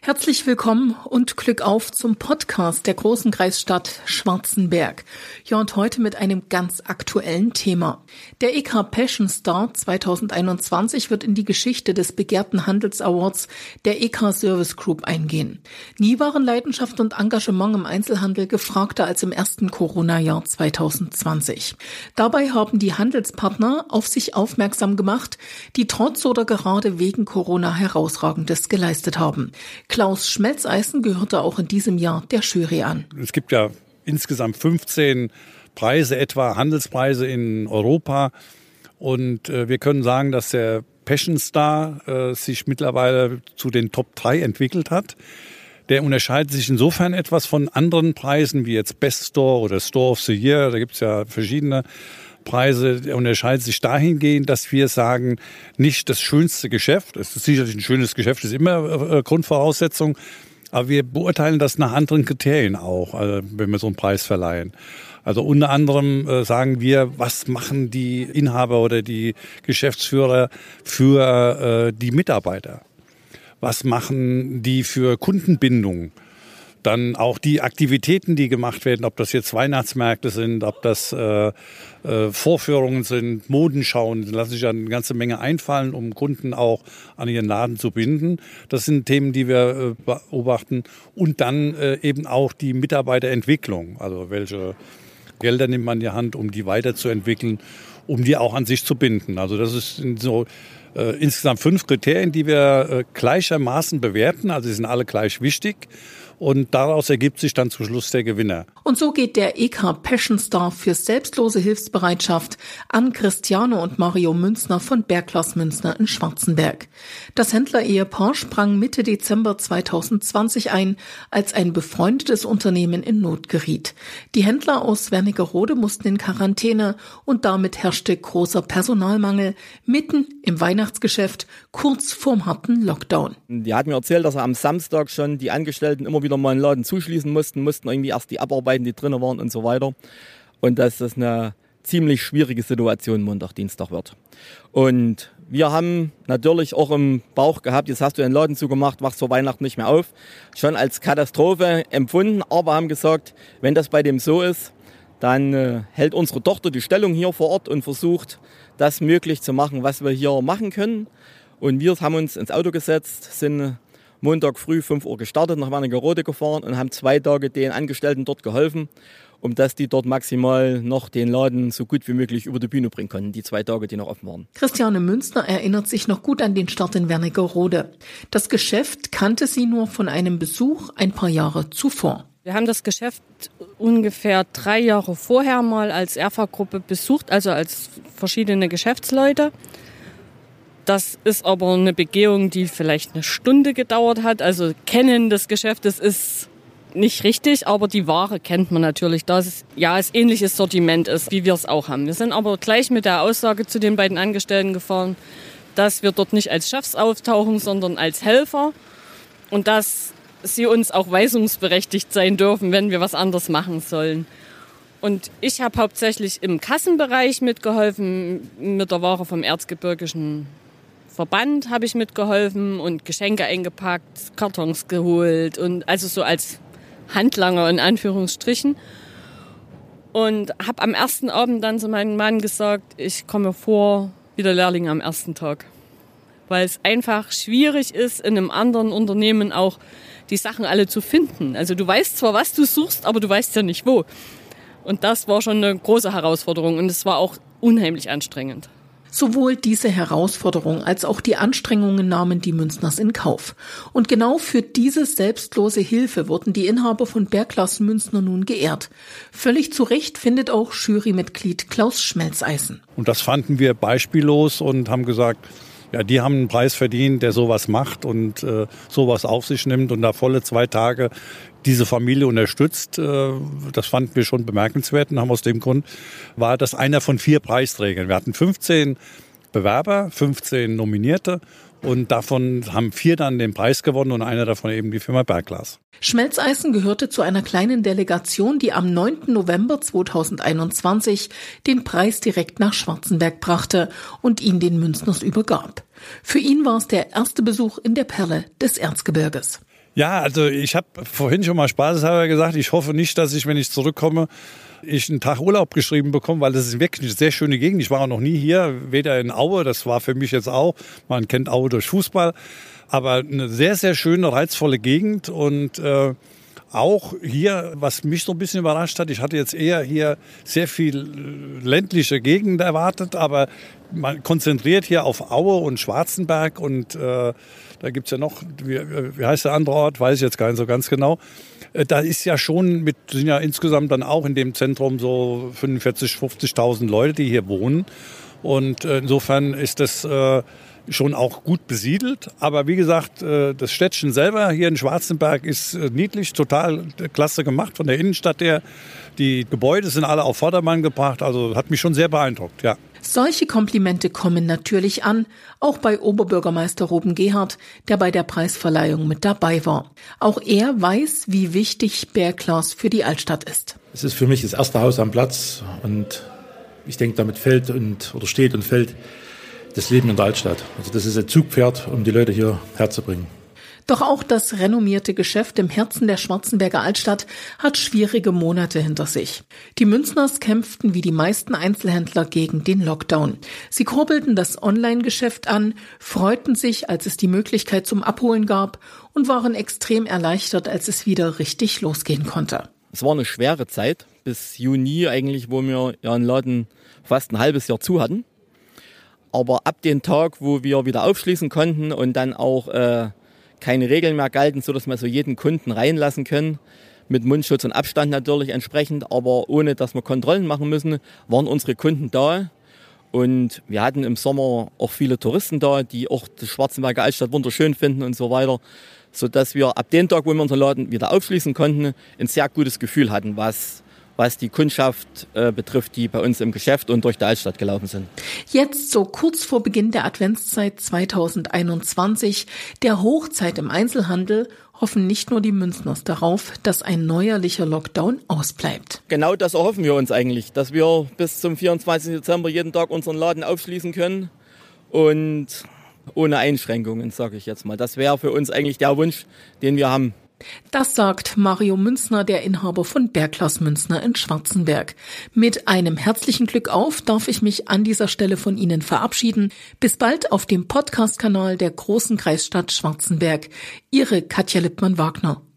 Herzlich willkommen und Glück auf zum Podcast der großen Kreisstadt Schwarzenberg. Ja, und heute mit einem ganz aktuellen Thema. Der EK Passion Star 2021 wird in die Geschichte des begehrten Handelsawards der EK Service Group eingehen. Nie waren Leidenschaft und Engagement im Einzelhandel gefragter als im ersten Corona-Jahr 2020. Dabei haben die Handelspartner auf sich aufmerksam gemacht, die trotz oder gerade wegen Corona Herausragendes geleistet haben. Klaus Schmelzeisen gehörte auch in diesem Jahr der Jury an. Es gibt ja insgesamt 15 Preise, etwa Handelspreise in Europa. Und wir können sagen, dass der Passion Star sich mittlerweile zu den Top 3 entwickelt hat. Der unterscheidet sich insofern etwas von anderen Preisen, wie jetzt Best Store oder Store of the Year. Da gibt es ja verschiedene Preise. Der unterscheidet sich dahingehend, dass wir sagen, nicht das schönste Geschäft. Es ist sicherlich ein schönes Geschäft, ist immer Grundvoraussetzung. Aber wir beurteilen das nach anderen Kriterien auch, wenn wir so einen Preis verleihen. Also unter anderem sagen wir, was machen die Inhaber oder die Geschäftsführer für die Mitarbeiter? Was machen die für Kundenbindung? Dann auch die Aktivitäten, die gemacht werden, ob das jetzt Weihnachtsmärkte sind, ob das Vorführungen sind, Modenschauen, da lassen sich ja eine ganze Menge einfallen, um Kunden auch an ihren Laden zu binden. Das sind Themen, die wir beobachten. Und dann eben auch die Mitarbeiterentwicklung, also welche Gelder nimmt man in die Hand, um die weiterzuentwickeln, um die auch an sich zu binden. Also das sind so insgesamt 5 Kriterien, die wir gleichermaßen bewerten, also sie sind alle gleich wichtig. Und daraus ergibt sich dann zum Schluss der Gewinner. Und so geht der EK Passion Star für selbstlose Hilfsbereitschaft an Christiane und Mario Münzner von Berglas Münzner in Schwarzenberg. Das Händler-Ehepaar sprang Mitte Dezember 2020 ein, als ein befreundetes Unternehmen in Not geriet. Die Händler aus Wernigerode mussten in Quarantäne und damit herrschte großer Personalmangel mitten im Weihnachtsgeschäft, kurz vorm harten Lockdown. Die hat mir erzählt, dass er am Samstag schon die Angestellten immer wieder mal einen Laden zuschließen mussten irgendwie erst die abarbeiten, die drinnen waren und so weiter. Und dass das eine ziemlich schwierige Situation Montag, Dienstag wird. Und wir haben natürlich auch im Bauch gehabt, jetzt hast du den Laden zugemacht, wachst vor Weihnachten nicht mehr auf. Schon als Katastrophe empfunden, aber haben gesagt, wenn das bei dem so ist, dann hält unsere Tochter die Stellung hier vor Ort und versucht, das möglich zu machen, was wir hier machen können. Und wir haben uns ins Auto gesetzt, sind Montag früh 5 Uhr gestartet, nach Wernigerode gefahren und haben 2 Tage den Angestellten dort geholfen, um dass die dort maximal noch den Laden so gut wie möglich über die Bühne bringen konnten, die 2 Tage, die noch offen waren. Christiane Münzner erinnert sich noch gut an den Start in Wernigerode. Das Geschäft kannte sie nur von einem Besuch ein paar Jahre zuvor. Wir haben das Geschäft ungefähr 3 Jahre vorher mal als Erfa-Gruppe besucht, also als verschiedene Geschäftsleute. Das ist aber eine Begehung, die vielleicht eine Stunde gedauert hat. Also Kennen des Geschäftes ist nicht richtig, aber die Ware kennt man natürlich, da es ähnliches Sortiment ist, wie wir es auch haben. Wir sind aber gleich mit der Aussage zu den beiden Angestellten gefahren, dass wir dort nicht als Chefs auftauchen, sondern als Helfer und dass sie uns auch weisungsberechtigt sein dürfen, wenn wir was anderes machen sollen. Und ich habe hauptsächlich im Kassenbereich mitgeholfen, mit der Ware vom Erzgebirgischen Verband habe ich mitgeholfen und Geschenke eingepackt, Kartons geholt und also so als Handlanger in Anführungsstrichen. Und habe am ersten Abend dann zu meinem Mann gesagt, ich komme vor wie der Lehrling am ersten Tag. Weil es einfach schwierig ist, in einem anderen Unternehmen auch die Sachen alle zu finden. Also du weißt zwar, was du suchst, aber du weißt ja nicht wo. Und das war schon eine große Herausforderung und es war auch unheimlich anstrengend. Sowohl diese Herausforderung als auch die Anstrengungen nahmen die Münzners in Kauf. Und genau für diese selbstlose Hilfe wurden die Inhaber von Berglas Münzner nun geehrt. Völlig zu Recht findet auch Jurymitglied Klaus Schmelzeisen. Und das fanden wir beispiellos und haben gesagt, ja, die haben einen Preis verdient, der sowas macht und sowas auf sich nimmt und da volle 2 Tage diese Familie unterstützt. Das fanden wir schon bemerkenswert und haben aus dem Grund war das einer von 4 Preisträgern. Wir hatten 15 Bewerber, 15 Nominierte und davon haben 4 dann den Preis gewonnen und einer davon eben die Firma Berglas. Schmelzeisen gehörte zu einer kleinen Delegation, die am 9. November 2021 den Preis direkt nach Schwarzenberg brachte und ihn den Münzners übergab. Für ihn war es der erste Besuch in der Perle des Erzgebirges. Ja, also ich habe vorhin schon mal spaßeshalber gesagt, ich hoffe nicht, dass ich, wenn ich zurückkomme, ich einen Tag Urlaub geschrieben bekomme, weil das ist wirklich eine sehr schöne Gegend. Ich war auch noch nie hier, weder in Aue, das war für mich jetzt auch, man kennt Aue durch Fußball, aber eine sehr, sehr schöne, reizvolle Gegend und auch hier, was mich so ein bisschen überrascht hat, ich hatte jetzt eher hier sehr viel ländliche Gegend erwartet, aber man konzentriert hier auf Aue und Schwarzenberg und da gibt's ja noch, wie heißt der andere Ort, weiß ich jetzt gar nicht so ganz genau. Da ist ja schon sind ja insgesamt dann auch in dem Zentrum so 45.000, 50.000 Leute, die hier wohnen. Und insofern ist das schon auch gut besiedelt. Aber wie gesagt, das Städtchen selber hier in Schwarzenberg ist niedlich, total klasse gemacht von der Innenstadt her. Die Gebäude sind alle auf Vordermann gebracht. Also hat mich schon sehr beeindruckt, ja. Solche Komplimente kommen natürlich an, auch bei Oberbürgermeister Ruben Gehardt, der bei der Preisverleihung mit dabei war. Auch er weiß, wie wichtig Berglas für die Altstadt ist. Es ist für mich das erste Haus am Platz und ich denke, damit steht und fällt das Leben in der Altstadt. Also das ist ein Zugpferd, um die Leute hier herzubringen. Doch auch das renommierte Geschäft im Herzen der Schwarzenberger Altstadt hat schwierige Monate hinter sich. Die Münzners kämpften wie die meisten Einzelhändler gegen den Lockdown. Sie kurbelten das Online-Geschäft an, freuten sich, als es die Möglichkeit zum Abholen gab und waren extrem erleichtert, als es wieder richtig losgehen konnte. Es war eine schwere Zeit, bis Juni eigentlich, wo wir ja einen Laden fast ein halbes Jahr zu hatten. Aber ab dem Tag, wo wir wieder aufschließen konnten und dann auch keine Regeln mehr galten, sodass wir so jeden Kunden reinlassen können, mit Mundschutz und Abstand natürlich entsprechend, aber ohne, dass wir Kontrollen machen müssen, waren unsere Kunden da. Und wir hatten im Sommer auch viele Touristen da, die auch die Schwarzenberger Altstadt wunderschön finden und so weiter, sodass wir ab dem Tag, wo wir unseren Laden wieder aufschließen konnten, ein sehr gutes Gefühl hatten, was die Kundschaft betrifft, die bei uns im Geschäft und durch die Altstadt gelaufen sind. Jetzt, so kurz vor Beginn der Adventszeit 2021, der Hochzeit im Einzelhandel, hoffen nicht nur die Münzners darauf, dass ein neuerlicher Lockdown ausbleibt. Genau das erhoffen wir uns eigentlich, dass wir bis zum 24. Dezember jeden Tag unseren Laden aufschließen können und ohne Einschränkungen, sage ich jetzt mal. Das wäre für uns eigentlich der Wunsch, den wir haben. Das sagt Mario Münzner, der Inhaber von Berglas Münzner in Schwarzenberg. Mit einem herzlichen Glück auf darf ich mich an dieser Stelle von Ihnen verabschieden. Bis bald auf dem Podcast-Kanal der Großen Kreisstadt Schwarzenberg. Ihre Katja Lippmann-Wagner.